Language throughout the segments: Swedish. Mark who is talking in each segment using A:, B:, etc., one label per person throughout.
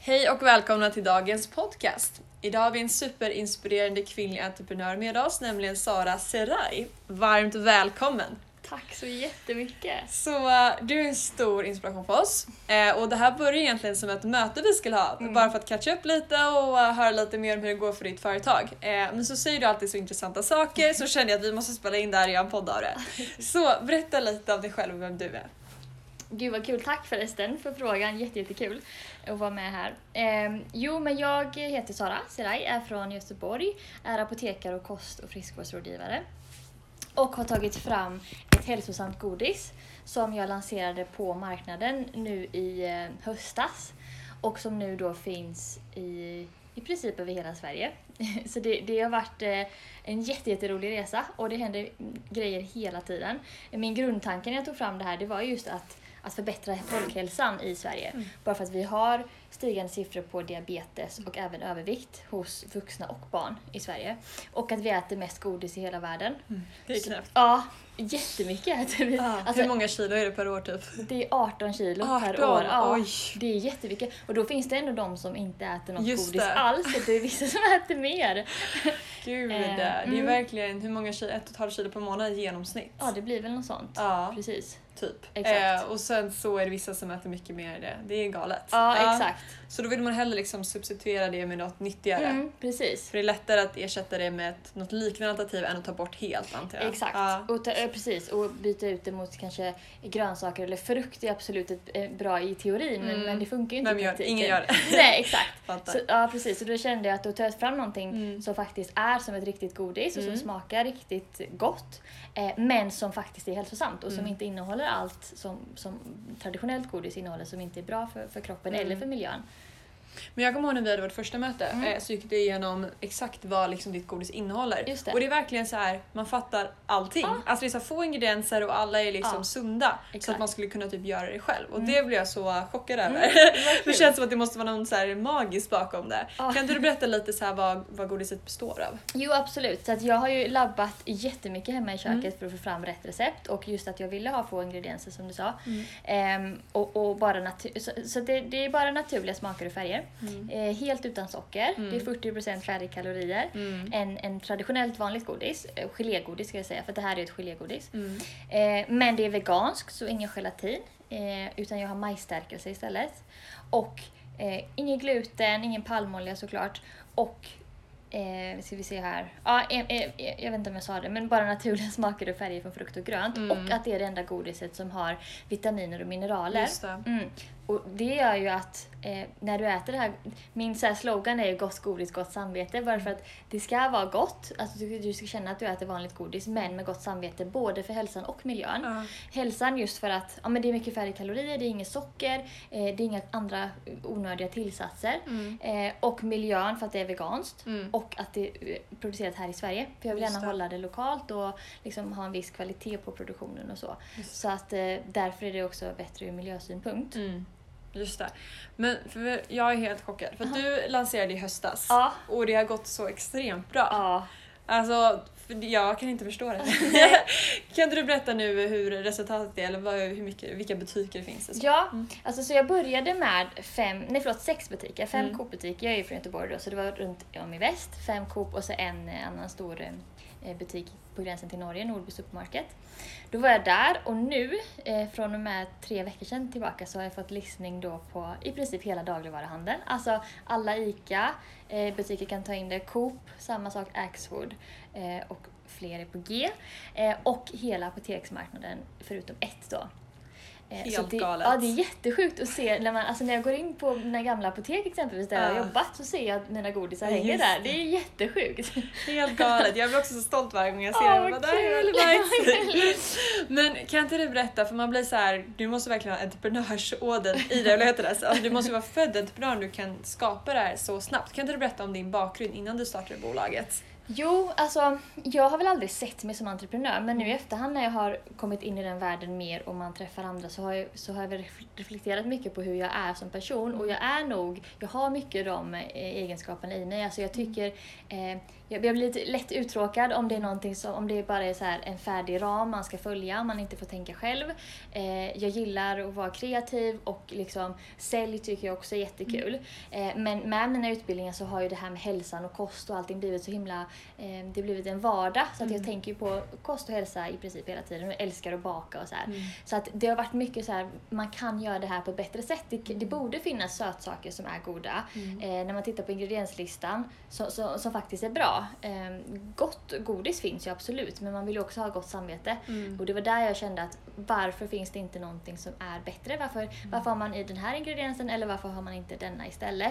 A: Hej och välkomna till dagens podcast. Idag har vi en superinspirerande kvinnlig entreprenör med oss, nämligen Sara Seraj. Varmt välkommen!
B: Tack så jättemycket!
A: Så du är en stor inspiration för oss. Och det här börjar egentligen som ett möte vi skulle ha. Bara för att catcha upp lite och höra lite mer om hur det går för ditt företag. Men så säger du alltid så intressanta saker, så känner jag att vi måste spela in där i en podd av det. Så berätta lite om dig själv och vem du är.
B: Gud vad kul, tack förresten för frågan, jättekul att vara med här. Men jag heter Sara Seraj, är från Göteborg, är apotekare och kost- och friskvårdsrådgivare. Och har tagit fram ett hälsosamt godis som jag lanserade på marknaden nu i höstas. Och som nu då finns i princip över hela Sverige. Så det har varit en jätterolig resa och det händer grejer hela tiden. Min grundtanke när jag tog fram det här, det var just att förbättra folkhälsan i Sverige. Bara för att vi har stigande siffror på diabetes och även övervikt hos vuxna och barn i Sverige. Och att vi äter mest godis i hela världen.
A: Det är knäppt.
B: Ja, jättemycket äter vi.
A: Alltså, hur många kilo är det per år typ?
B: Det är 18 kilo per år. Ja, det är jättemycket. Och då finns det ändå de som inte äter något godis alls. Så det är vissa som äter mer.
A: Gud, det är verkligen hur många kilo, 1,5 kilo per månad i genomsnitt.
B: Ja, det blir väl något sånt.
A: Ja.
B: Precis.
A: Typ.
B: Exakt.
A: Och sen så är det vissa som äter mycket mer det. Det är galet.
B: Ja, exakt.
A: Så då vill man hellre liksom substituera det med något nyttigare.
B: Precis.
A: För det är lättare att ersätta det med något liknande alternativ än att ta bort helt, antar jag.
B: Exakt. Precis. Och byta ut det mot kanske grönsaker eller frukt är absolut bra i teorin. Men det funkar ju inte i praktiken.
A: Ingen gör det.
B: Nej, exakt.
A: Så,
B: ja, precis. Och då kände jag att då tar jag fram någonting som faktiskt är som ett riktigt godis och som smakar riktigt gott. Men som faktiskt är hälsosamt och som inte innehåller allt som traditionellt godis innehåller, som inte är bra för kroppen eller för miljön.
A: Men jag kommer ihåg när vi hade vårt första möte så gick det igenom exakt vad liksom ditt godis innehåller.
B: Just det.
A: Och det är verkligen så här, man fattar allting. Alltså det är så få ingredienser och alla är liksom sunda.
B: Exakt.
A: Så att man skulle kunna typ göra det själv. Och det blev jag så chockad över. Det känns som att det måste vara någon så här magiskt bakom det. Kan du berätta lite så här vad godiset består av?
B: Jo, absolut. Så att jag har ju labbat jättemycket hemma i köket för att få fram rätt recept. Och just att jag ville ha få ingredienser som du sa. Och bara så det är bara naturliga smaker och färger. Helt utan socker. Det är 40% färre kalorier. En traditionellt vanligt godis. Gelégodis ska jag säga, för det här är ett gelégodis. Men det är veganskt, så ingen gelatin. Utan jag har majsstärkelse istället. Och ingen gluten, ingen palmolja såklart. Och ska vi se här. Jag vet inte om jag sa det, men bara naturliga smaker och färger från frukt och grönt. Och att det är det enda godiset som har vitaminer och mineraler.
A: Just det.
B: Och det gör ju att när du äter det här, min så här slogan är ju gott godis, gott samvete. Bara för att det ska vara gott, alltså du ska känna att du äter vanligt godis, men med gott samvete både för hälsan och miljön. Hälsan just för att men det är mycket färre kalorier, det är inget socker, det är inga andra onödiga tillsatser. Och miljön för att det är veganskt och att det är producerat här i Sverige. För jag vill gärna hålla det lokalt och liksom ha en viss kvalitet på produktionen och så. Så att därför är det också bättre ur miljösynpunkt.
A: Just det. Men för jag är helt chockad. För att du lanserade i höstas. Och det har gått så extremt bra. Alltså, jag kan inte förstå det. Kan du berätta nu hur resultatet är? Eller vilka butiker det finns?
B: Alltså så jag började med 6 butiker. 5 Coop-butiker. Jag är ju från Göteborg då, så det var runt om i väst. 5 Coop och så en annan stor butik på gränsen till Norge, Nordby Supermarket. Då var jag där och nu, från och med 3 veckor sedan tillbaka, så har jag fått listning då på i princip hela dagligvaruhandeln. Alltså alla ICA butiker kan ta in det, Coop, samma sak, Axfood och fler är på G. Och hela apoteksmarknaden förutom ett då.
A: Helt galet.
B: Ja, det är jättesjukt att se när jag går in på mina gamla apotek exempelvis där jag har jobbat, så ser jag att mina godisar hänger där. Det är jättesjukt.
A: Helt galet. Jag blir också så stolt varje gång jag ser det. Men kan inte du berätta, för man blir så här, du måste verkligen ha entreprenörsåden i det, eller heter det? Alltså, du måste vara född entreprenör, du kan skapa det här så snabbt. Kan inte du berätta om din bakgrund innan du startade bolaget?
B: Jo, alltså jag har väl aldrig sett mig som entreprenör, men nu i efterhand när jag har kommit in i den världen mer och man träffar andra så har jag väl reflekterat mycket på hur jag är som person, och jag har mycket de egenskaperna i mig. Alltså jag tycker jag blir lite lätt uttråkad om det är någonting om det bara är så här en färdig ram man ska följa, man inte får tänka själv. Jag gillar att vara kreativ, och liksom sälj tycker jag också är jättekul. Men med mina utbildningar så har ju det här med hälsan och kost och allting blivit så himla, det har blivit en vardag, så att jag tänker ju på kost och hälsa i princip hela tiden, och jag älskar att baka och så här. Så att det har varit mycket så här, man kan göra det här på ett bättre sätt. Det borde finnas sötsaker som är goda. När man tittar på ingredienslistan som faktiskt är bra. Gott godis finns ju absolut, men man vill ju också ha gott samvete. Och det var där jag kände att varför finns det inte någonting som är bättre? Varför har man i den här ingrediensen, eller varför har man inte denna istället?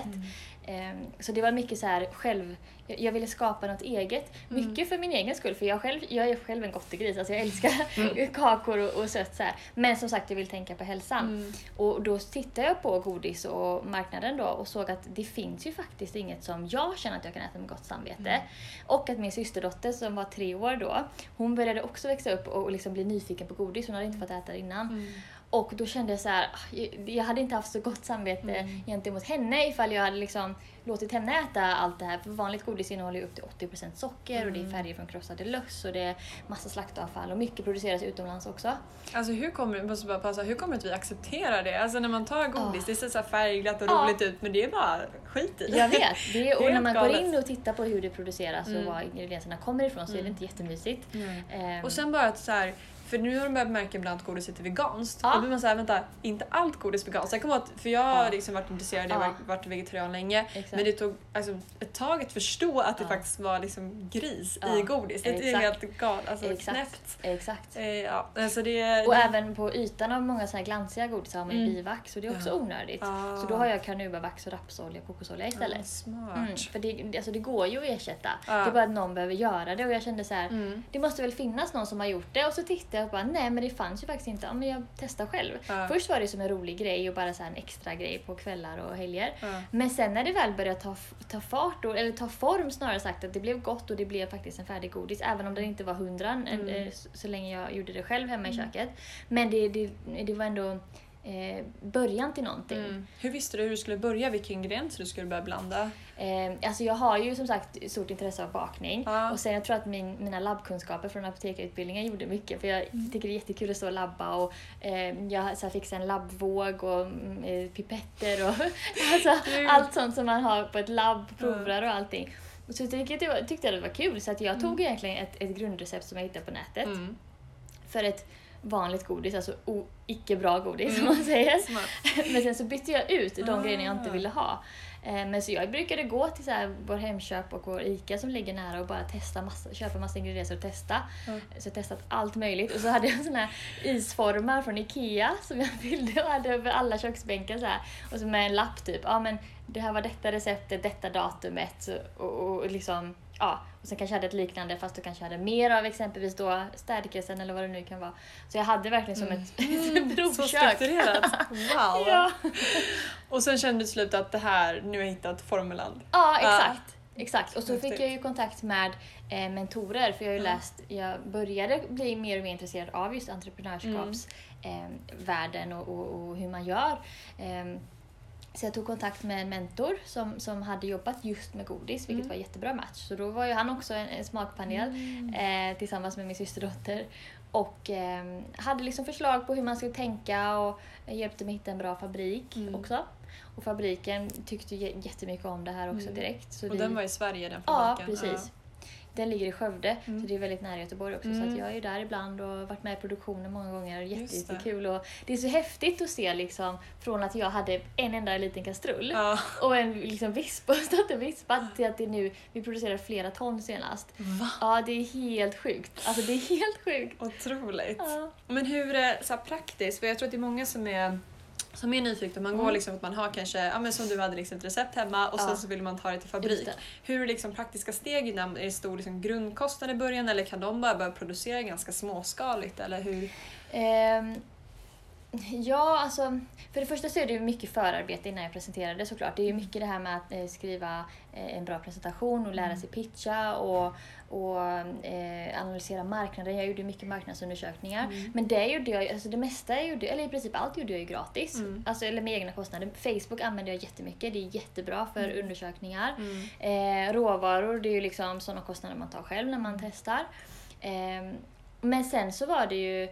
B: Så det var mycket så här jag ville skapa något eget. Mycket för min egen skull, för jag är själv en gottegris. Alltså jag älskar kakor och sött så här. Men som sagt, jag vill tänka på hälsan. Och då tittade jag på godis och marknaden då och såg att det finns ju faktiskt inget som jag känner att jag kan äta med gott samvete. Och att min systerdotter som var 3 år då, hon började också växa upp och liksom bli nyfiken på godis. Hon hade inte fått äta det innan. Och då kände jag så här, jag hade inte haft så gott samvete gentemot henne ifall jag hade liksom låtit henne äta allt det här. För vanligt godis innehåller ju upp till 80% socker och det är färger från krossade löss och det är massa slaktavfall och mycket produceras utomlands också.
A: Alltså hur kommer det att vi accepterar det? Alltså när man tar godis, det ser så här färgglatt och roligt ut, men det är bara skit i.
B: Jag vet, och när man går in och tittar på hur det produceras och var ingredienserna kommer ifrån så är det inte jättemysigt.
A: Och sen bara att så här, för nu har de börjat märka ibland att godiset är veganskt. Och då blir man såhär, vänta, inte allt godis är veganskt. Jag kommer att, för jag har liksom varit intresserad, jag har varit vegetarian länge. Exakt. Men det tog alltså, ett tag att förstå att det faktiskt var liksom gris i godis. Det är helt galet, alltså knäppt.
B: Exakt.
A: Alltså
B: och även på ytan av många så här glansiga godis har man bivax, och det är också onödigt. Så då har jag karnubavax och rapsolja och kokosolja istället.
A: Smart.
B: För det går ju att ersätta. Det är bara att någon behöver göra det, och jag kände så här, det måste väl finnas någon som har gjort det, och så tittade jag bara, nej men det fanns ju faktiskt inte. Men jag testar själv. Först var det som en rolig grej och bara så här en extra grej på kvällar och helger. Men sen när det väl började ta fart eller ta form snarare sagt, att det blev gott och det blev faktiskt en färdig godis, även om det inte var 100 så länge jag gjorde det själv hemma i köket. Men det var ändå början till någonting.
A: Hur visste du hur du skulle börja? Vilka ingredienser du skulle börja blanda?
B: Alltså jag har ju som sagt stort intresse av bakning. Och sen jag tror att mina labbkunskaper från apotekarutbildningen gjorde mycket. För jag tycker det är jättekul att stå och labba. Och jag så här, fixade en labbvåg och pipetter och alltså, allt sånt som man har på ett labb, prover och allting. Så tyckte jag det var kul. Så att jag tog egentligen ett grundrecept som jag hittade på nätet. För ett vanligt godis, alltså icke bra godis som man säger. Men sen så bytte jag ut de grejerna jag inte ville ha. Men så jag brukade gå till så här, vår Hemköp och vår Ica som ligger nära och bara köpa massa ingredienser och testa. Så jag testat allt möjligt. Och så hade jag såna här isformar från Ikea som jag fyllde och hade över alla köksbänkar så här. Och så med en lapp typ, men det här var detta receptet, detta datumet och liksom, och sen kanske jag hade ett liknande, fast då kanske jag hade mer av exempelvis då stärkelsen eller vad det nu kan vara. Så jag hade verkligen som ett provkök.
A: Så strukturerat. Wow.
B: Ja.
A: Och sen kände du till slut att det här, nu har jag hittat formulan.
B: Ja, exakt. Och så fick jag ju kontakt med mentorer, för jag har ju jag började bli mer och mer intresserad av just entreprenörskapsvärlden och hur man gör. Så jag tog kontakt med en mentor som hade jobbat just med godis, vilket var en jättebra match. Så då var ju han också en smakpanel tillsammans med min systerdotter. Och hade liksom förslag på hur man skulle tänka och hjälpte mig hitta en bra fabrik också. Och fabriken tyckte jättemycket om det här också direkt. Så
A: och den var i Sverige, den fabriken?
B: Ja, precis. Den ligger i Skövde, så det är väldigt nära Göteborg också. Så att jag är ju där ibland och varit med i produktionen många gånger. Jättekul. Och det är så häftigt att se liksom, från att jag hade en enda liten kastrull och en liksom vispat till att det nu, vi producerar flera ton senast.
A: Va?
B: Ja, det är helt sjukt. Alltså det är helt sjukt.
A: Otroligt. Men hur är det så här praktiskt? För jag tror att det är många som är nyfiken. Man går liksom att man har kanske, men som du hade liksom ett recept hemma och sen så vill man ta det till fabrik. Hur är liksom praktiska steg innan? Är det stor liksom grundkostnad i början, eller kan de bara börja producera ganska småskaligt, eller hur?
B: Ja, alltså för det första så är det ju mycket förarbete innan jag presenterade såklart. Det är ju mycket det här med att skriva en bra presentation och lära sig pitcha och analysera marknaden. Jag gjorde mycket marknadsundersökningar. Men det gjorde jag, alltså det mesta eller i princip allt gjorde jag ju gratis. Alltså, eller med egna kostnader. Facebook använder jag jättemycket. Det är jättebra för undersökningar. Råvaror, det är ju liksom sådana kostnader man tar själv när man testar. Men sen så var det ju...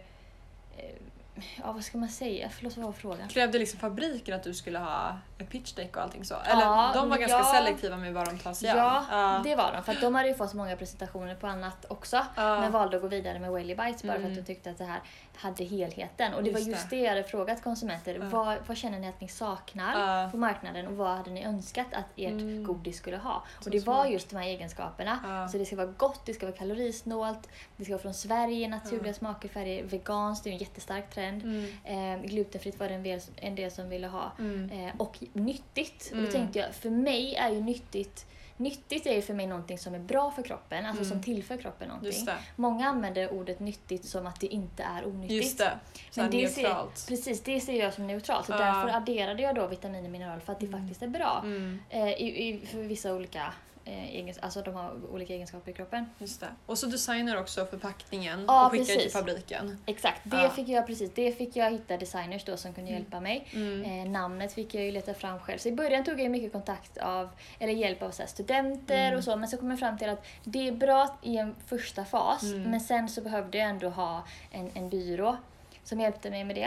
B: Ja, vad ska man säga? Förlåt, vad var frågan?
A: Krävde liksom fabriken att du skulle ha en pitchdeck och allting så? Eller de var ganska selektiva med vad de tar sig
B: an? Ja, det var de. För att de hade ju fått så många presentationer på annat också. Men valde att gå vidare med Wellibites bara för att de tyckte att det här hade helheten. Och det var just det jag hade frågat konsumenter. Vad känner ni att ni saknar på marknaden och vad hade ni önskat att ert godis skulle ha? Och det var just de här egenskaperna. Så det ska vara gott, det ska vara kalorisnålt, det ska vara från Sverige, naturliga smaker, färger, veganskt, det är en jättestark trend. Glutenfritt var det en del som ville ha. Och nyttigt. Och då tänkte jag, för mig är ju nyttigt är ju för mig någonting som är bra för kroppen, alltså som tillför kroppen någonting. Många använder ordet nyttigt som att det inte är onyttigt.
A: Just det.
B: Men det ser jag som neutralt. Så därför adderade jag då vitamin och mineral för att det faktiskt är bra för vissa olika alltså de har olika egenskaper i kroppen.
A: Just det. Och så designar också förpackningen och skickar till fabriken.
B: Exakt, det fick jag hitta designers då som kunde hjälpa mig. Namnet fick jag ju leta fram själv. Så i början tog jag mycket kontakt hjälp av så här studenter och så, men så kom jag fram till att det är bra i en första fas, men sen så behövde jag ändå ha en byrå som hjälpte mig med det.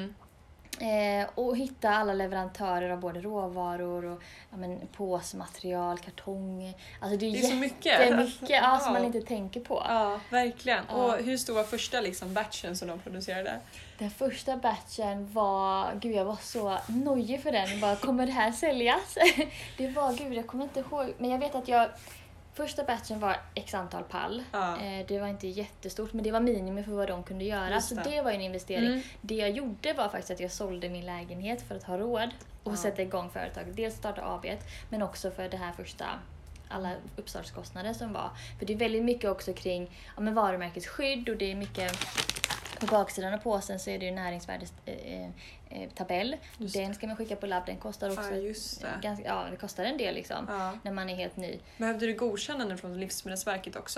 B: Och hitta alla leverantörer av både råvaror och påsmaterial, kartong. Alltså det är
A: så mycket
B: som man inte tänker på.
A: Ja, verkligen. Och hur stor var första batchen som de producerade?
B: Den första batchen var... Gud, jag var så nojig för den. Bara, kommer det här säljas? Det var... jag kommer inte ihåg. Men jag vet att första batchen var x antal pall. Det var inte jättestort, men det var minimum för vad de kunde göra. Så det var en investering. Det jag gjorde var faktiskt att jag sålde min lägenhet för att ha råd och sätta igång företaget. Dels starta AB, men också för det här första, alla uppstartskostnader som var. För det är väldigt mycket också kring varumärkesskydd, och det är mycket... På baksidan av påsen så är det ju näringsvärdestabell. Den ska man skicka på labb. Den kostar också det kostar en del när man är helt ny.
A: Behövde du godkännande från Livsmedelsverket också?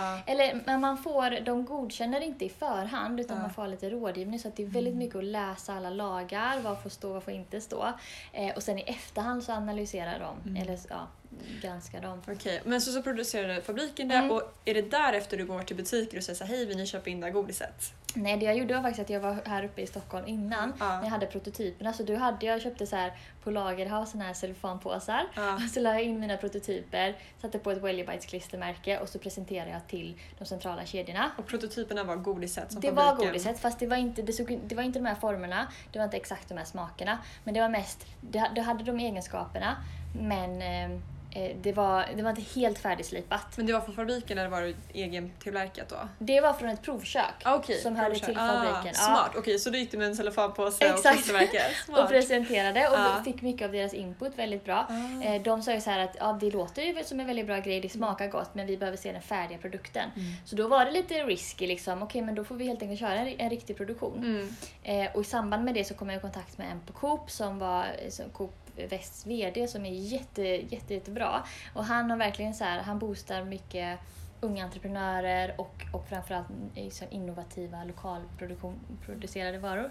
B: Eller de godkänner inte i förhand, utan man får lite rådgivning, så att det är väldigt mycket att läsa alla lagar, vad får stå, vad får inte stå. Och sen i efterhand så analyserar de eller granska dem.
A: Okej, men så producerar fabriken det, och är det därefter du går till butiker och säger så här, hej, vill ni köpa in det här godiset?
B: Nej, det jag gjorde var faktiskt att jag var här uppe i Stockholm innan när jag hade prototyperna. Så då köpte så här på Lagerhaus såna här cellofanpåsar. Och så la jag in mina prototyper, satte på ett Wellibites klistermärke och så presenterade jag till de centrala kedjorna.
A: Och prototyperna var godiset som
B: det fabriken? Det var godiset, fast det var inte de här formerna, det var inte exakt de här smakerna. Men det var mest, det hade de egenskaperna, men... Det var inte helt färdigslipat.
A: Men det var från fabriken eller var det egentillverkat då?
B: Det var från ett provkök som hörde till fabriken.
A: Smart, okej, så då gick du med en cellofanpåse och klistermärke.
B: Och presenterade och fick mycket av deras input väldigt bra. De sa ju så här att det låter ju som en väldigt bra grej, det smakar gott, men vi behöver se den färdiga produkten. Så då var det lite risky okej, men då får vi helt enkelt köra en riktig produktion. Och i samband med det så kom jag i kontakt med en på Coop som var Coop Västs VD, som är jättebra. Och han har verkligen han boostar mycket unga entreprenörer och framförallt innovativa lokalproducerade varor.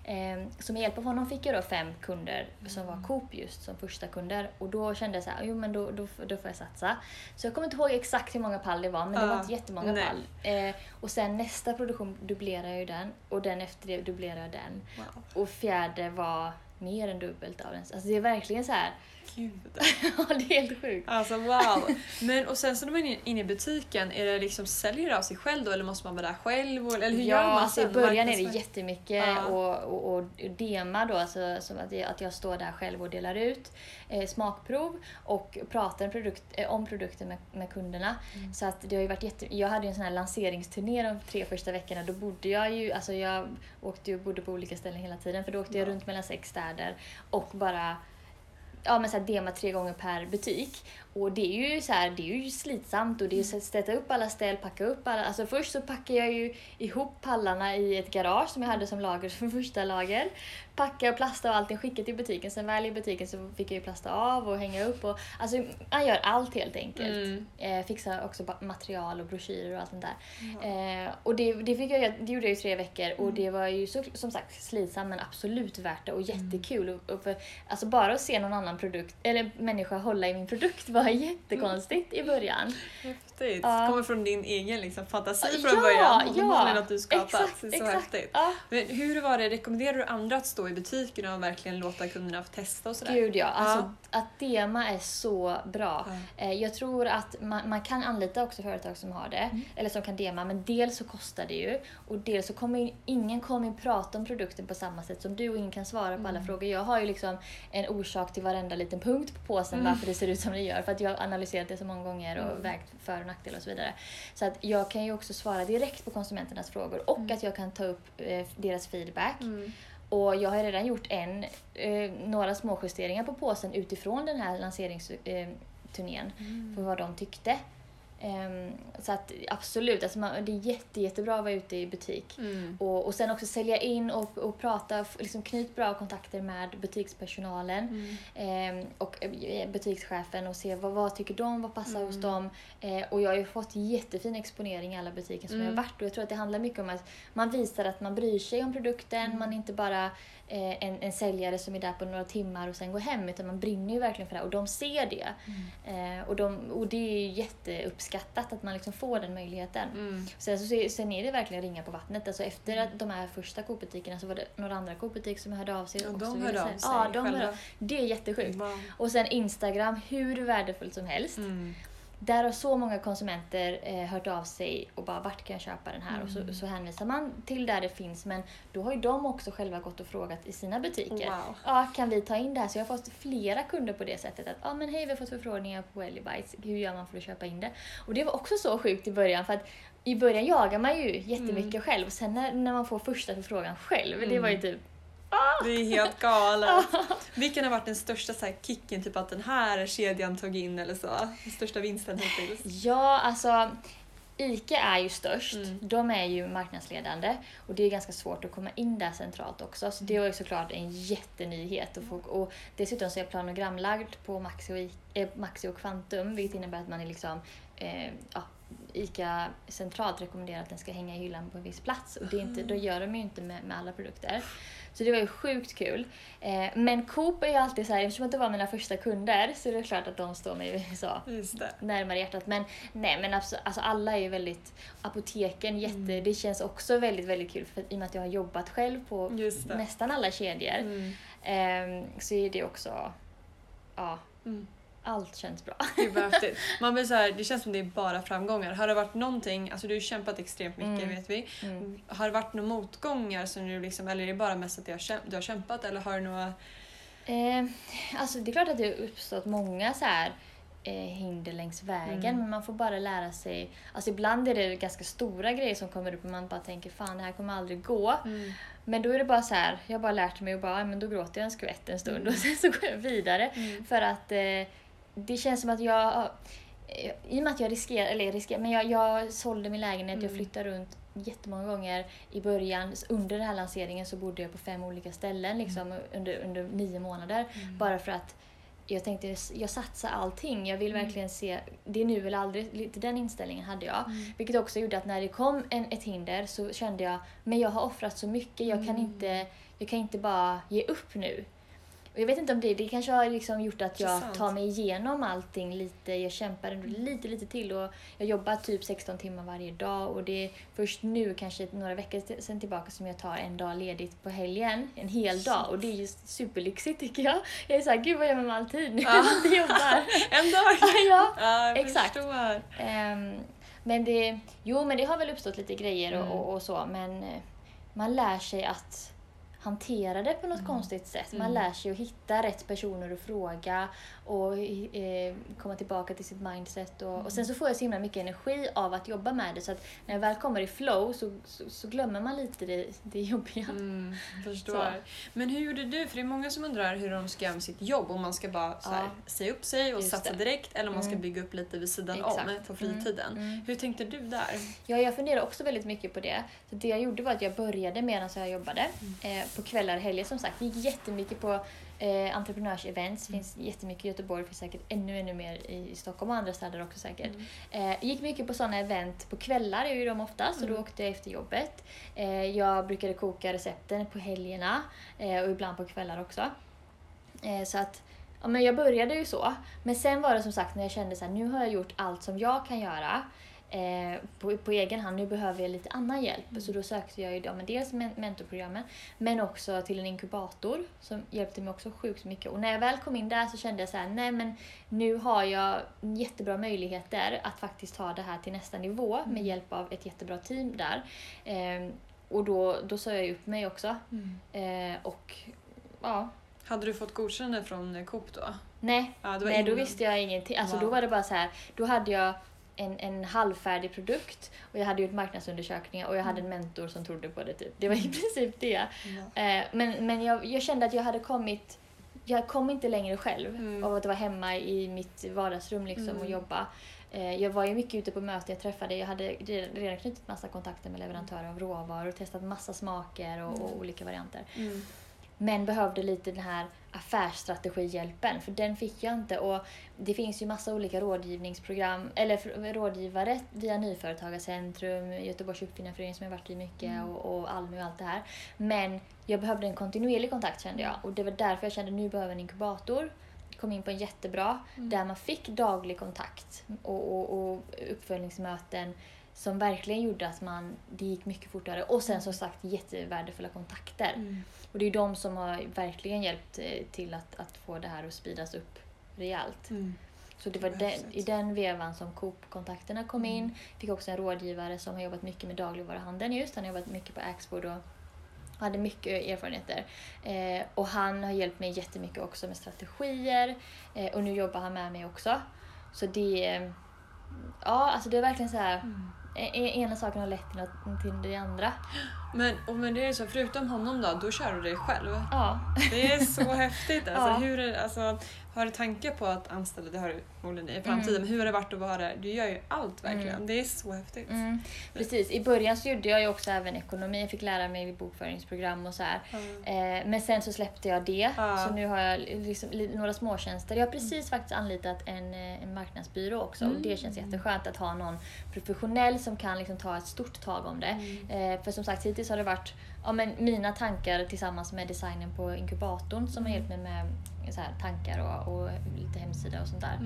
B: Så med hjälp av honom fick jag då 5 kunder som var Coop just som första kunder. Och då kände jag men då får jag satsa. Så jag kommer inte ihåg exakt hur många pall det var, men det var inte jättemånga pall. Och sen nästa produktion dubblerade jag ju den, och den efter det dubblerade jag den.
A: Wow.
B: Och fjärde var mer än dubbelt av den. Alltså det är verkligen så här.
A: Gud.
B: Ja, det är helt sjukt.
A: Alltså wow. Men och sen så när man är inne i butiken, är det säljer det av sig själv då, eller måste man vara där själv, eller hur gör man
B: sen? I början är det jättemycket och dema då, alltså som att jag står där själv och delar ut smakprov och pratar om produkten med kunderna. Så att det har ju varit jag hade en sån här lanseringsturné de 3 första veckorna. Då bodde jag ju, alltså jag bodde på olika ställen hela tiden, för då åkte jag runt mellan 6 städer och bara men så här dema 3 gånger per butik. Och det är ju så här, det är ju slitsamt och det är ju att sätta upp alla ställ, packa upp alla. Alltså först så packar jag ju ihop pallarna i ett garage som jag hade som lager, som första lager. Packa och plasta och allting, skicka till butiken. Sen väl i butiken så fick jag ju plasta av och hänga upp. Och, alltså man gör allt helt enkelt. Fixa också material och broschyrer och allt sånt där. Och det fick jag, det gjorde jag i 3 veckor. Och det var ju så, som sagt slitsamt men absolut värt det och jättekul. Och för, alltså bara att se någon annan produkt, eller människa hålla i min produkt var jättekonstigt i början.
A: Häftigt. Kommer från din egen liksom, fantasi från början. Och ja, att du skapat. Exakt, det är så häftigt. Ja. Men hur var det? Rekommenderar du andra att stå i butiken och verkligen låta kunderna få testa och sådär?
B: Gud ja. Alltså, att dema är så bra. Jag tror att man kan anlita också företag som har det. Eller som kan dema. Men dels så kostar det ju. Och dels så kommer ingen prata om produkten på samma sätt som du. Och ingen kan svara på alla frågor. Jag har ju liksom en orsak till varenda liten punkt på påsen. Varför det ser ut som det gör. För att jag har analyserat det så många gånger. Och vägt för- och nackdelar och så vidare. Så att jag kan ju också svara direkt på konsumenternas frågor. Och att jag kan ta upp deras feedback. Och jag har redan gjort några små justeringar på påsen utifrån den här lanseringsturnén. För vad de tyckte. Så att absolut, alltså det är jättebra att vara ute i butik. Och sen också sälja in och prata, liksom knyt bra kontakter med butikspersonalen och butikschefen och se vad tycker de, vad passar hos dem. Och jag har ju fått jättefin exponering i alla butiker som jag har varit. Och jag tror att det handlar mycket om att man visar att man bryr sig om produkten. Man är inte bara en säljare som är där på några timmar och sen går hem, utan man brinner ju verkligen för det och de ser det. Och det är ju jätteuppskattat att man liksom får den möjligheten. Sen är det verkligen ringa på vattnet. Alltså efter att de här första Coop-butikerna så var det några andra Coop-butiker som hörde av sig.
A: Och de hörde av sig
B: själva. Det är jättesjukt.
A: Wow.
B: Och sen Instagram, hur värdefullt som helst. Där har så många konsumenter hört av sig och bara, vart kan jag köpa den här? Och så hänvisar man till där det finns. Men då har ju de också själva gått och frågat i sina butiker.
A: Wow.
B: Ja, kan vi ta in det här? Så jag har fått flera kunder på det sättet. Att, men hej, vi har fått förfrågningar på Wellibites. Hur gör man för att köpa in det? Och det var också så sjukt i början. För att i början jagar man ju jättemycket själv. Sen när man får första förfrågan själv, det var ju typ...
A: Det är helt galet. Vilken har varit den största så här, kicken, typ att den här kedjan tog in eller så? Den största vinsten hittills?
B: Ja, alltså ICA är ju störst. De är ju marknadsledande och det är ganska svårt att komma in där centralt också. Så det var ju såklart en jättenyhet. Och dessutom så är jag planogramlagd på Maxi och Quantum, vilket innebär att man är liksom ICA centralt rekommenderar att den ska hänga i hyllan på en viss plats. Och det är inte, då gör de ju inte med alla produkter. Så det var ju sjukt kul. Men Coop är ju alltid så här, eftersom att det var mina första kunder så är det klart att de står mig så närmare hjärtat. Men nej, men alltså alla är ju väldigt, apoteken det känns också väldigt, väldigt kul för, i och med att jag har jobbat själv på nästan alla kedjor. Så är det också, allt känns bra.
A: Gud vad häftigt. Man blir så här, det känns som det är bara framgångar. Har det varit någonting, alltså du har kämpat extremt mycket vet vi. Har det varit några motgångar som du liksom, eller är det bara mest att du har kämpat eller har du några...
B: Alltså det är klart att det har uppstått många så här hinder längs vägen, men man får bara lära sig. Alltså ibland är det ganska stora grejer som kommer upp och man bara tänker, fan det här kommer aldrig gå. Men då är det bara så här, jag har bara lärt mig och bara, men då gråter jag en skvätt en stund och sen så går jag vidare. För att det känns som att jag, i och med att jag riskerar, men jag sålde min lägenhet, jag flyttade runt jättemånga gånger i början. Under den här lanseringen så bodde jag på 5 olika ställen liksom, under 9 månader. Bara för att jag tänkte, jag satsar allting. Jag vill verkligen se, det är nu eller aldrig. Lite den inställningen hade jag. Vilket också gjorde att när det kom ett hinder så kände jag, men jag har offrat så mycket. Jag kan inte bara ge upp nu. Och jag vet inte om det kanske har liksom gjort att jag tar mig igenom allting lite. Jag kämpar ändå lite till och jag jobbar typ 16 timmar varje dag. Och det är först nu, kanske några veckor sen tillbaka, som jag tar en dag ledigt på helgen. En hel dag. Och det är ju superlyxigt tycker jag. Jag är såhär, gud vad gör man med all tid nu? Jag jobbar.
A: En dag?
B: Ja, exakt. Men det har väl uppstått lite grejer och så. Men man lär sig att hantera det på något konstigt sätt. Man lär sig att hitta rätt personer att fråga och komma tillbaka till sitt mindset. Och sen så får jag så himla mycket energi av att jobba med det, så att när jag väl kommer i flow så glömmer man lite det jobbiga.
A: Förstår.
B: Så.
A: Men hur gjorde du? För det är många som undrar hur de ska göra med sitt jobb. Om man ska bara så här, säga upp sig och
B: Just
A: satsa
B: det.
A: direkt, eller om man ska bygga upp lite vid sidan om på fritiden. Hur tänkte du där?
B: Ja, jag funderar också väldigt mycket på det. Så det jag gjorde var att jag började medan jag jobbade. På kvällar och helger som sagt. Det gick jättemycket på entreprenörsevents. Det finns jättemycket i Göteborg. Det finns säkert ännu mer i Stockholm och andra städer också säkert. Gick mycket på sådana event på kvällar, är ju de ofta. Så då åkte jag efter jobbet. Jag brukade koka recepten på helgerna. Och ibland på kvällar också. Så att ja, men jag började ju så. Men sen var det som sagt när jag kände så här, nu har jag gjort allt som jag kan göra på egen hand. Nu behöver jag lite annan hjälp. Så då sökte jag ju dels mentorprogrammen, men också till en inkubator som hjälpte mig också sjukt mycket. Och när jag väl kom in där så kände jag så här, nej men nu har jag jättebra möjligheter att faktiskt ta det här till nästa nivå med hjälp av ett jättebra team där. Och då sa jag upp mig också. Och ja.
A: Hade du fått godkännande från Coop då?
B: Nej, då visste jag ingenting. Alltså då var det bara så här, då hade jag en halvfärdig produkt och jag hade gjort marknadsundersökningar och jag hade en mentor som trodde på det typ. Det var i princip det. Men jag kände att jag kom inte längre själv av att vara hemma i mitt vardagsrum liksom och jobba. Jag var ju mycket ute på möten, jag hade redan knutit massa kontakter med leverantörer av råvaror och testat massa smaker och olika varianter. Men behövde lite den här affärsstrategihjälpen, för den fick jag inte. Och det finns ju massa olika rådgivningsprogram, eller rådgivare via Nyföretagarcentrum, Göteborgs uppfinnarförening som jag varit i mycket och Almi och allt det här. Men jag behövde en kontinuerlig kontakt kände jag. Och det var därför jag kände nu behöver en inkubator. Kom in på en jättebra, där man fick daglig kontakt och uppföljningsmöten som verkligen gjorde att det gick mycket fortare. Och sen som sagt jättevärdefulla kontakter. Och det är de som har verkligen hjälpt till att få det här att speedas upp rejält. Så det var i den vevan som Coop-kontakterna kom in. Fick också en rådgivare som har jobbat mycket med dagligvaruhandeln just. Han har jobbat mycket på Axfood och hade mycket erfarenheter. Och han har hjälpt mig jättemycket också med strategier. Och nu jobbar han med mig också. Så det... Ja, alltså det är verkligen så här... Ena saken har lett till det andra.
A: Men det är så, förutom honom då kör du dig själv.
B: Ja.
A: Det är så häftigt. Alltså, har du tankar på att anställa, det har du förmodligen i framtiden, men hur har det varit att vara där? Du gör ju allt verkligen. Det är så häftigt.
B: Precis, i början så gjorde jag ju också även ekonomi. Jag fick lära mig bokföringsprogram och så här. Men sen så släppte jag det. Så nu har jag liksom några småtjänster. Jag har precis faktiskt anlitat en marknadsbyrå också. Och det känns jätteskönt att ha någon professionell som kan liksom ta ett stort tag om det. För som sagt, hittills har det varit mina tankar tillsammans med designen på inkubatorn som har hjälpt mig med så här, tankar och lite hemsida och sånt där.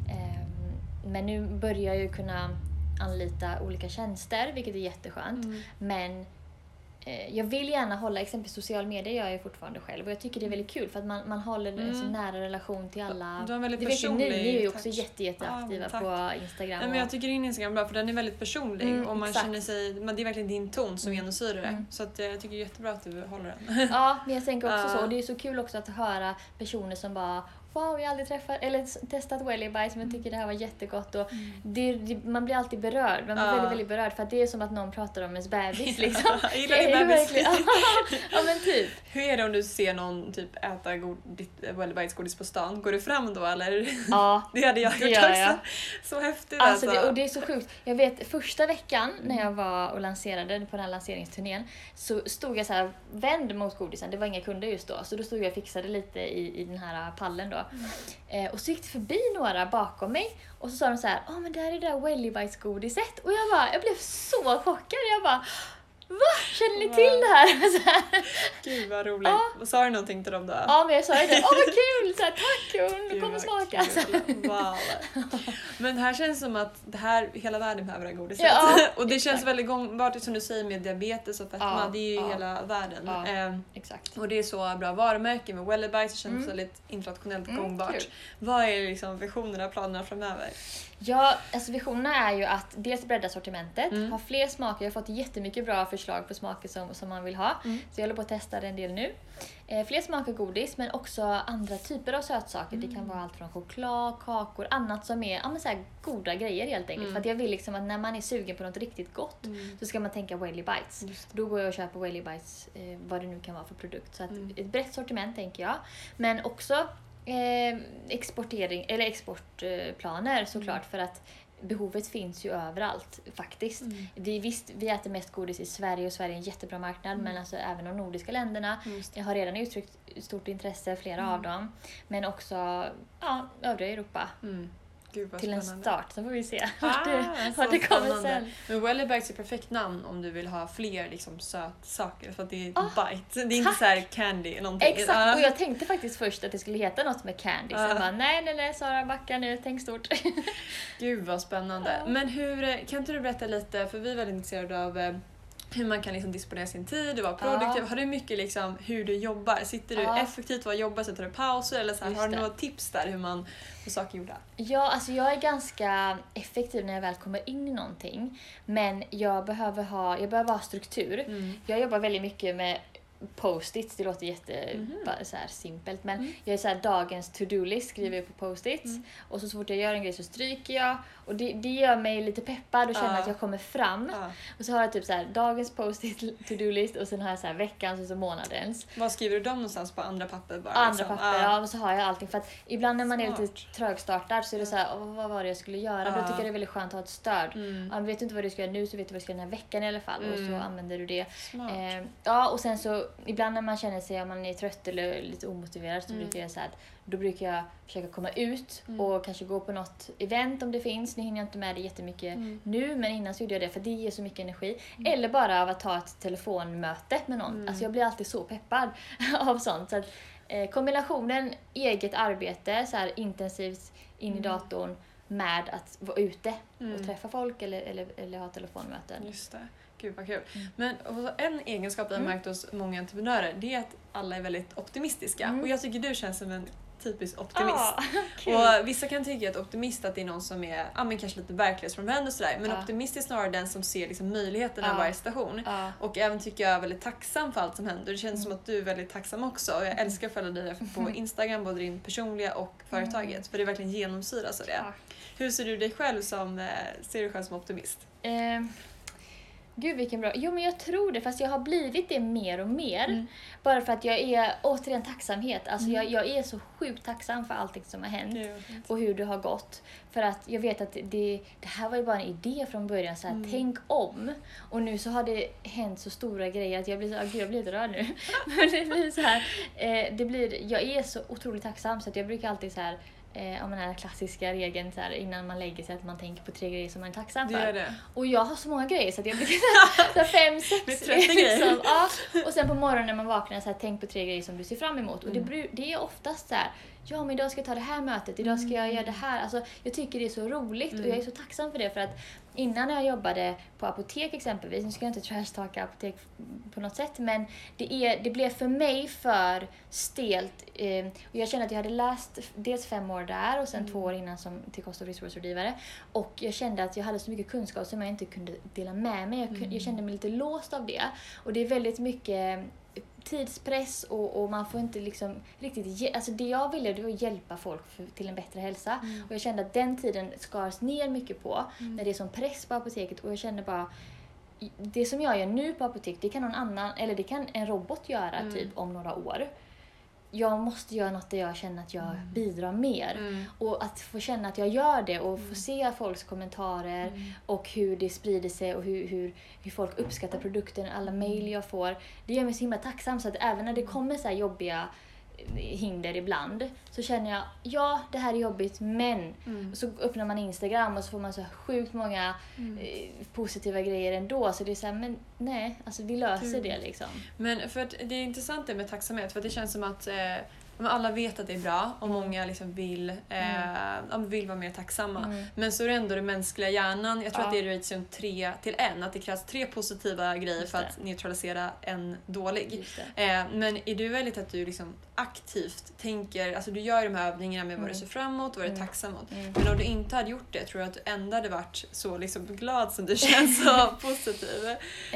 B: Men nu börjar jag ju kunna anlita olika tjänster, vilket är jätteskönt. Men jag vill gärna hålla, exempelvis social media gör jag ju fortfarande själv och jag tycker det är väldigt kul för att man håller en så nära relation till alla.
A: Du har en väldigt personlig
B: ni är ju också jätteaktiva på Instagram.
A: Nej, men jag tycker din Instagram är bra för den är väldigt personlig och man känner sig, det är verkligen din ton som genomsyrar det. Så att jag tycker det är jättebra att du håller den.
B: Ja, men jag tänker också så. Och det är så kul också att höra personer som bara wow, jag har aldrig testat Welly Bites men jag tycker det här var jättegott och man blir alltid berörd. Man blir väldigt, väldigt berörd för att det är som att någon pratar om ens bebis liksom.
A: Gillar din bebis?
B: Ja, men typ.
A: Hur är det om du ser någon typ äta Welly Bites godis på stan? Går du fram då eller?
B: Ja,
A: det hade jag gjort också. Så häftigt alltså.
B: Och det är så sjukt. Jag vet första veckan när jag var och lanserade på den här lanseringsturnén så stod jag så här vänd mot godisen. Det var inga kunder just då. Så då stod jag och fixade lite i den här pallen då. Och så gick det förbi några bakom mig och så sa de så här, men det här är det där Welly Bites godiset. Och jag blev så chockad. Jag bara, va? Känner ni till det här? Så här.
A: Gud vad roligt. Och sa du någonting till dem då?
B: Ja, men jag sa det. Vad kul! Så här, tack, hon kommer smaka.
A: Wow. Men det här känns som att hela världen behöver det här godiset. Och det känns väldigt gångbart som du säger med diabetes och fetma. Det är ju hela världen.
B: Exakt.
A: Och det är så bra varumärke med Welly Bites. Det känns väldigt internationellt gångbart. Kul. Vad är liksom visionerna och planerna framöver?
B: Ja, alltså visionerna är ju att dels bredda sortimentet, ha fler smaker. Jag har fått jättemycket bra förslag på smaker som man vill ha. Så jag håller på att testa en del nu. Fler smaker godis, men också andra typer av sötsaker. Det kan vara allt från choklad, kakor, annat som är så här goda grejer helt enkelt. För att jag vill liksom att när man är sugen på något riktigt gott så ska man tänka Whaley Bites. Då går jag och köper Whaley Bites, vad det nu kan vara för produkt. Så att ett brett sortiment tänker jag. Men också exportplaner såklart, för att behovet finns ju överallt faktiskt. Vi äter mest godis i Sverige och Sverige är en jättebra marknad, men alltså även de nordiska länderna har redan uttryckt stort intresse, flera av dem, men också övriga Europa.
A: Gud, vad
B: till en
A: spännande.
B: Start, så får vi se vad det kommer sen.
A: Men Whaley Bites är ett perfekt namn om du vill ha fler liksom sötsaker, för att det är bite. Det är inte så här candy någonting.
B: Exakt, och jag tänkte faktiskt först att det skulle heta något med candy. Så jag bara, nej Sara, backa nu, tänk stort.
A: Gud vad spännande. Men kan inte du berätta lite, för vi är väldigt intresserade av hur man kan liksom disponera sin tid och vara produktiv. Har du mycket liksom hur du jobbar? Sitter du effektivt och jobbar, så tar du pauser? Eller så här, har du några tips där hur man får saker gjorda?
B: Ja, alltså jag är ganska effektiv när jag väl kommer in i någonting. Men jag behöver ha struktur. Jag jobbar väldigt mycket med post-its, det låter så här simpelt, men jag är så här dagens to-do-list skriver jag på post-its och så fort jag gör en grej så stryker jag och det gör mig lite peppad och känner att jag kommer fram och så har jag typ så här dagens post-it to-do-list och sen har jag så här veckans och så månadens.
A: Vad skriver du dem någonstans på andra papper bara?
B: Andra papper, och så har jag allting, för att ibland när man är lite trögstartad så är det så här, vad var det jag skulle göra? Då tycker jag det är väldigt skönt att ha ett stöd. Vet du inte vad du ska göra nu, så vet du vad du ska göra den här veckan i alla fall och så använder du det. Och sen så ibland när man känner sig, om man är trött eller lite omotiverad, så brukar jag så här, då brukar jag försöka komma ut och kanske gå på något event om det finns. Nu hinner jag inte med det jättemycket nu, men innan så gjorde jag det för det ger så mycket energi. Eller bara av att ta ett telefonmöte med någon. Alltså jag blir alltid så peppad av sånt. Så att, kombinationen eget arbete, så här intensivt in i datorn med att vara ute och träffa folk eller ha telefonmöten.
A: Just det. Gud vad kul. Men en egenskap jag har märkt hos många entreprenörer, det är att alla är väldigt optimistiska. Och jag tycker du känns som en typisk optimist. Och vissa kan tycka att optimist att det är någon som är men kanske lite verklighetsfrånvänd och sådär. Men optimist är snarare den som ser liksom möjligheterna i varje situation. Och även tycker jag är väldigt tacksam för allt som händer. Det känns som att du är väldigt tacksam också. Och jag älskar att följa dig på Instagram, både din personliga och företaget. För det verkligen genomsyras av det. Hur ser du dig själv ser du själv som optimist?
B: Gud vilken bra. Jo men jag tror det, fast jag har blivit det mer och mer. Bara för att jag är återigen tacksamhet. Alltså jag är så sjukt tacksam för allting som har hänt. Och hur det har gått. För att jag vet att det här var ju bara en idé från början. Så här, tänk om. Och nu så har det hänt så stora grejer att jag blir så, gud jag blir lite rörd nu. Men det blir så här, jag är så otroligt tacksam så att jag brukar alltid så här, om den här klassiska regeln så här, innan man lägger sig, att man tänker på 3 grejer som man är tacksam för.
A: Det.
B: Och jag har så många grejer så att jag brukar så 5-6 liksom, och sen på morgonen när man vaknar så här, tänk på 3 grejer som du ser fram emot. Och det är oftast så här, ja men idag ska jag ta det här mötet, idag ska jag göra det här. Alltså, jag tycker det är så roligt och jag är så tacksam för det, för att innan jag jobbade på apotek exempelvis, nu ska jag inte trashtalka apotek på något sätt, men det blev för mig för stelt. Och jag kände att jag hade läst dels 5 år där och sen 2 år innan som till kost- och friskvårdsrådgivare. Och jag kände att jag hade så mycket kunskap som jag inte kunde dela med mig. Jag kände mig lite låst av det. Och det är väldigt mycket tidspress och man får inte liksom riktigt alltså det jag ville, det var att hjälpa folk till en bättre hälsa och jag kände att den tiden skars ner mycket på när det är som press på apoteket, och jag kände bara det som jag gör nu på apotek, det kan någon annan, eller det kan en robot göra typ om några år. Jag måste göra något där jag känner att jag bidrar mer. Och att få känna att jag gör det och få se folks kommentarer och hur det sprider sig och hur folk uppskattar produkten, alla mejl jag får. Det gör mig så himla tacksam, så att även när det kommer så här jobbiga hinder ibland så känner jag, ja det här är jobbigt, men så öppnar man Instagram och så får man så sjukt många positiva grejer ändå, så det är så här, men nej, alltså vi löser det liksom.
A: Men för att det är intressant det med tacksamhet, för att det känns som att men alla vet att det är bra och många liksom vill vara mer tacksamma. Men så är det ändå det mänskliga hjärnan. Jag tror att det är ratio 3:1. Att det krävs 3 positiva grejer för att neutralisera en dålig. Men är du väldigt att du liksom aktivt tänker, alltså du gör de här övningarna med vad du ser fram emot, vad du är tacksam mot. Men om du inte hade gjort det, tror jag att du ändå hade varit så liksom glad som du känns så positiv?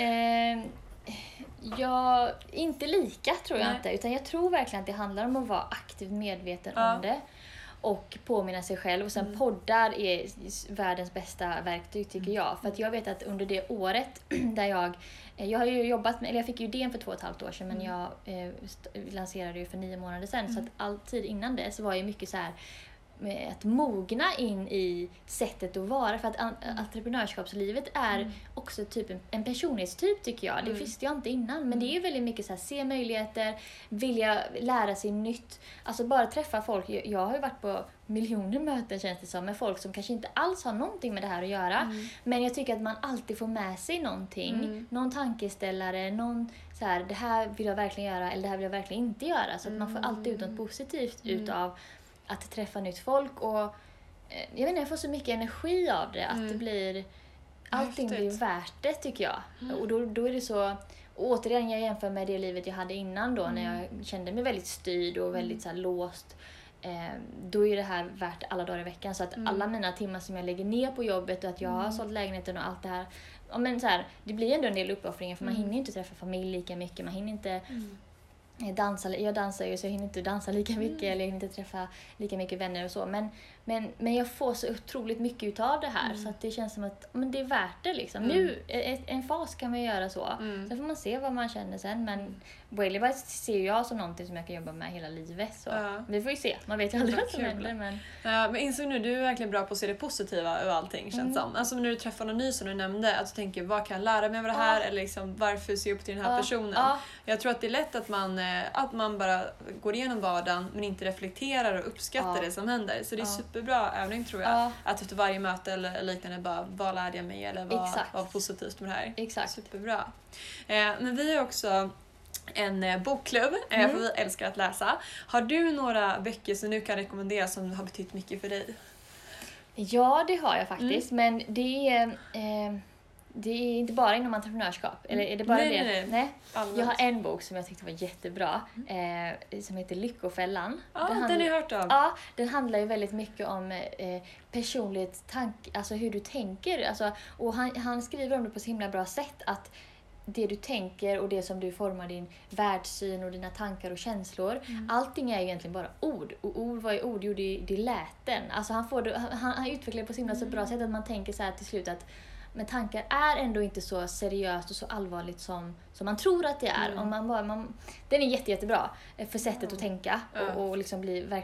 B: Ja, inte lika tror jag inte. Utan jag tror verkligen att det handlar om att vara aktivt medveten om det. Och påminna sig själv. Och sen poddar är världens bästa verktyg tycker jag. För att jag vet att under det året där jag har ju jobbat med, eller jag fick ju idén för 2,5 år sedan. Men jag lanserade ju för 9 månader sedan. Så att alltid innan det så var jag mycket så här att mogna in i sättet att vara. För att entreprenörskapslivet är också typ en personlighetstyp tycker jag. Det visste jag inte innan. Men det är ju väldigt mycket så här, se möjligheter, vilja lära sig nytt. Alltså bara träffa folk. Jag har ju varit på miljoner möten känns det som. Med folk som kanske inte alls har någonting med det här att göra. Men jag tycker att man alltid får med sig någonting. Någon tankeställare, någon så här, det här vill jag verkligen göra eller det här vill jag verkligen inte göra. Så att man får alltid ut något positivt utav att träffa nytt folk och jag vet inte, jag får så mycket energi av det att det blir allting blir värt det tycker jag. Och då är det så, och återigen jag jämför med det livet jag hade innan då när jag kände mig väldigt styrd och väldigt så här låst. Då är det här värt alla dagar i veckan så att alla mina timmar som jag lägger ner på jobbet och att jag har sålt lägenheten och allt det här, ja, men så här, det blir ändå en del uppoffringar för man hinner inte träffa familj lika mycket, man hinner inte jag dansar ju så jag hinner inte dansa lika mycket eller jag hinner inte träffa lika mycket vänner och så. Men jag får så otroligt mycket utav det här så att det känns som att men det är värt det liksom. Nu, en fas kan man göra så. Sen får man se vad man känner sen. Men Whaley ser jag som någonting som jag kan jobba med hela livet. Så. Vi får ju se, man vet ju aldrig vad som händer.
A: Men insåg nu, du är verkligen bra på att se det positiva över allting känns som. Alltså när du träffar någon ny som du nämnde, att du tänker vad kan jag lära mig av det här eller liksom, varför ser jag upp till den här personen. Jag tror att det är lätt att man bara går igenom vardagen men inte reflekterar och uppskattar det som händer. Så det är superbra övning tror jag. Att efter varje möte eller liknande bara, vad lärde jag mig eller vad var positivt med det här.
B: Exakt.
A: Superbra. Men vi har också en bokklubb, för vi älskar att läsa. Har du några böcker som du kan rekommendera som har betytt mycket för dig?
B: Ja, det har jag faktiskt. Men det är inte bara inom entreprenörskap. Eller är det bara det? Nej. Jag har en bok som jag tyckte var jättebra. Som heter Lyckofällan.
A: Den har jag hört om.
B: Ja, den handlar ju väldigt mycket om personligt alltså hur du tänker. Alltså, och han skriver om det på så himla bra sätt att det du tänker och det som du formar din världssyn och dina tankar och känslor. Allting är ju egentligen bara ord. Och vad är ord? Jo, det är läten. Alltså han utvecklar det på så himla så bra sätt att man tänker så här till slut att men tankar är ändå inte så seriöst och så allvarligt som man tror att det är. Om den är jättebra för sättet att tänka och liksom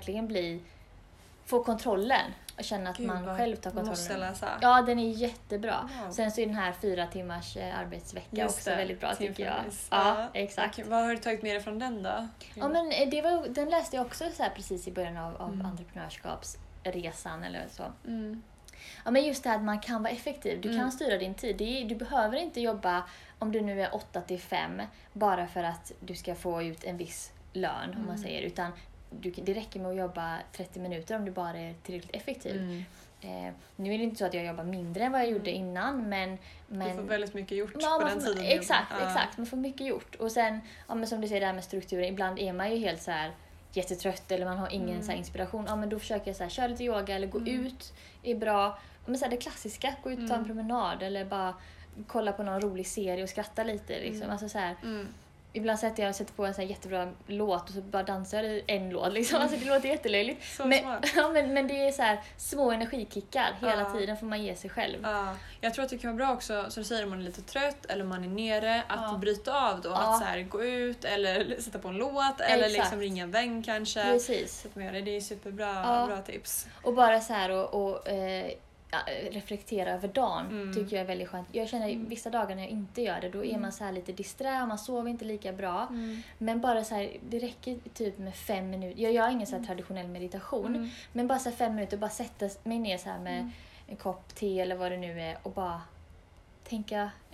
B: få kontrollen och känna att man själv tar kontrollen.
A: Måste läsa.
B: Ja, den är jättebra. Sen så är den här 4 timmars arbetsvecka också väldigt bra tycker jag. Ja, exakt.
A: Vad har du tagit med dig från den då?
B: Ja, men den läste jag också så här precis i början av entreprenörskapsresan eller så. Ja, men just det här att man kan vara effektiv. Du kan styra din tid. Du behöver inte jobba om du nu är 8-5 bara för att du ska få ut en viss lön om man säger. Utan det räcker med att jobba 30 minuter om du bara är tillräckligt effektiv. Nu är det inte så att jag jobbar mindre än vad jag gjorde innan. Men
A: du får väldigt mycket gjort på den tiden.
B: Exakt. Man får mycket gjort. Och sen, men som du säger där med strukturen. Ibland är man ju helt så här jättetrött eller man har ingen så här inspiration. Ja, men då försöker jag så här, köra lite yoga eller gå ut är bra. Men så här, det klassiska, gå ut och ta en promenad eller bara kolla på någon rolig serie och skratta lite liksom. Alltså så här, ibland sätter på en så här jättebra låt och så bara dansar jag en låt liksom. Alltså det låter jättelöjligt. Men det är så här små energikickar hela tiden får man ge sig själv.
A: Jag tror att det kan vara bra också, som du säger, om man är lite trött eller man är nere, att bryta av då. Att så här, gå ut eller sätta på en låt eller liksom ringa en vän kanske.
B: Precis.
A: Så att man gör det. Det är superbra bra tips.
B: Och bara så här och reflektera över dagen tycker jag är väldigt skönt. Jag känner vissa dagar när jag inte gör det, då är man så här lite disträ och man sover inte lika bra. Men bara så här, det räcker typ med 5 minuter. Jag gör ingen så här traditionell meditation, men bara så här 5 minuter, bara sätta mig ner så här med en kopp te eller vad det nu är och bara tänka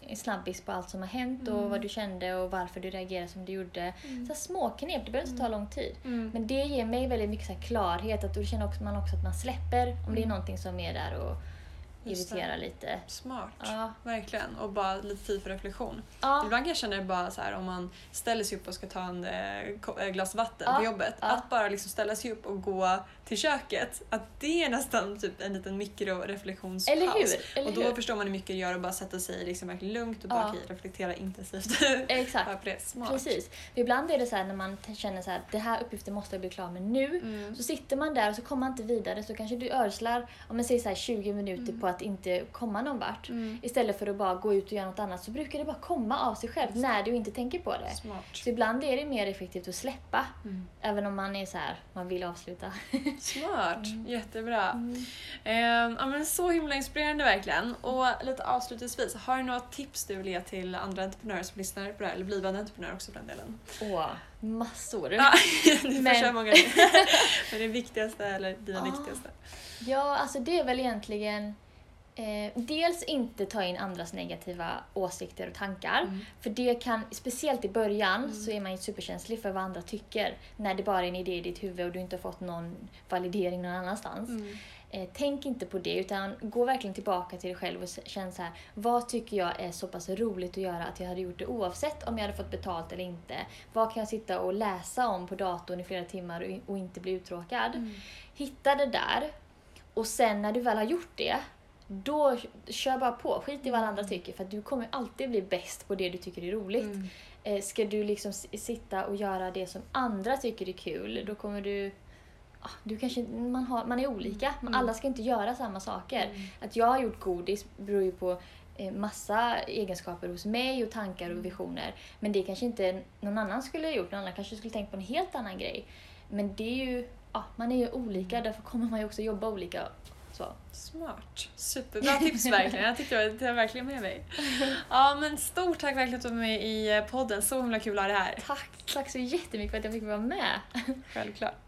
B: snabbis på allt som har hänt och vad du kände och varför du reagerade som du gjorde. Så här små knep, det behöver inte ta lång tid. Men det ger mig väldigt mycket så här klarhet, att då känner man också att man släpper om det är någonting som är där och irriterar lite.
A: Smart,
B: Ja.
A: verkligen. Och bara lite tid för reflektion.
B: Ja.
A: Ibland kan jag känna det bara så här, om man ställer sig upp och ska ta en glas vatten på jobbet.
B: Ja.
A: Att bara liksom ställa sig upp och gå till köket. Att det är nästan typ en liten mikroreflektionspaus.
B: Eller hur?
A: Och då förstår man hur mycket det gör att bara sätta sig liksom verkligen lugnt och bara reflektera intensivt.
B: Exakt.
A: På det. Smart.
B: Precis. För ibland är det så här, när man känner så här, det här uppgiften måste jag bli klar med nu. Så sitter man där och så kommer man inte vidare, så kanske du örslar om man säger så här 20 minuter på att inte komma någon vart. Istället för att bara gå ut och göra något annat, så brukar det bara komma av sig själv när du inte tänker på det.
A: Smart.
B: Så ibland är det mer effektivt att släppa. Även om man är så här, man vill avsluta.
A: Smart, jättebra. Ja, men så himla inspirerande verkligen. Och lite avslutningsvis, har du några tips du vill ge till andra entreprenörer som lyssnar på det här, eller blivande entreprenörer också för den delen?
B: Massor.
A: Ja, du får köra många. Men det viktigaste, eller dina viktigaste?
B: Ja, alltså det är väl egentligen dels inte ta in andras negativa åsikter och tankar. För det kan, speciellt i början, så är man ju superkänslig för vad andra tycker. När det bara är en idé i ditt huvud och du inte har fått någon validering någon annanstans. Tänk inte på det, utan gå verkligen tillbaka till dig själv och känn så här: vad tycker jag är så pass roligt att göra att jag hade gjort det oavsett om jag hade fått betalt eller inte? Vad kan jag sitta och läsa om på datorn i flera timmar och inte bli uttråkad? Hitta det där, och sen när du väl har gjort det, då kör bara på, skit i vad andra tycker, för att du kommer alltid bli bäst på det du tycker är roligt. Ska du liksom sitta och göra det som andra tycker är kul, då kommer du kanske, man är olika, men alla ska inte göra samma saker. Att jag har gjort godis beror ju på massa egenskaper hos mig och tankar och visioner, men det kanske inte någon annan skulle ha gjort. Någon annan kanske skulle tänkt på en helt annan grej. Men det är ju, man är ju olika, därför kommer man ju också jobba olika. Så.
A: Smart. Superbra tips verkligen. Jag tyckte det var verkligen med mig. Ja, men stort tack verkligen för att du var med i podden. Så himla kul att ha det här.
B: Tack så jättemycket för att jag fick vara med.
A: Självklart.